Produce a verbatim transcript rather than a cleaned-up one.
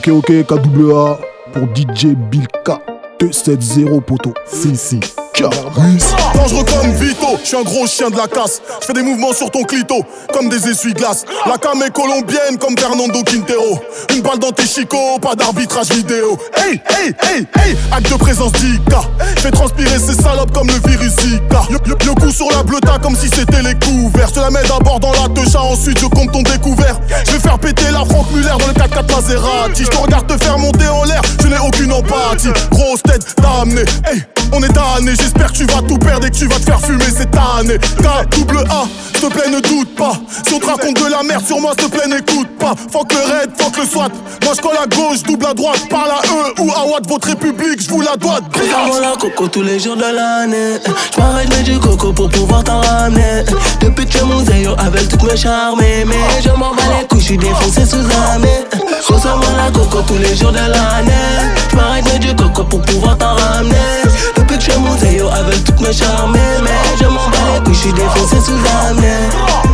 Ok, ok, K W A pour D J Bilka deux sept zéro poto. Si, si. Dangereux comme Vito, je suis un gros chien de la casse. Je fais des mouvements sur ton clito, comme des essuie-glaces. La cam est colombienne comme Fernando Quintero. Une balle dans tes chicots, pas d'arbitrage vidéo. Hey, hey, hey, hey, acte de présence d'Ika. Je fais transpirer ces salopes comme le virus Zika. Le, le, le coup sur la bleuta comme si c'était les couverts. Je te la mets d'abord dans la techa, ensuite je compte ton découvert. Je vais faire péter la Franck Muller dans le quatre quatre Maserati. Je te regarde te faire monter en l'air, je n'ai aucune empathie. Grosse tête, t'as amené, hey, on est tanné. J'espère que tu vas tout perdre et que tu vas te faire fumer cette année. K W A, s'il te plaît ne doute pas. Si on te raconte de la merde sur moi, s'il te plaît n'écoute pas. Fuck le raid, fuck le SWAT. Moi je colle à gauche, double à droite. Parle à eux ou à Watt, votre république, je vous la dois. Prends la coco tous les jours de l'année. J'm'arrête mais du coco pour pouvoir t'en ramener. Depuis que mon zéyo avec toutes mes charmes. Mais je m'en bats les couilles, j'suis défoncé sous amé. Consomme la coco tous les jours de l'année. J'm'arrête mais du coco pour pouvoir t'en ramener. Depuis que mon zéyo avec toutes mes charmes. Mais je m'en bats les couilles, j'suis défoncé sous amé.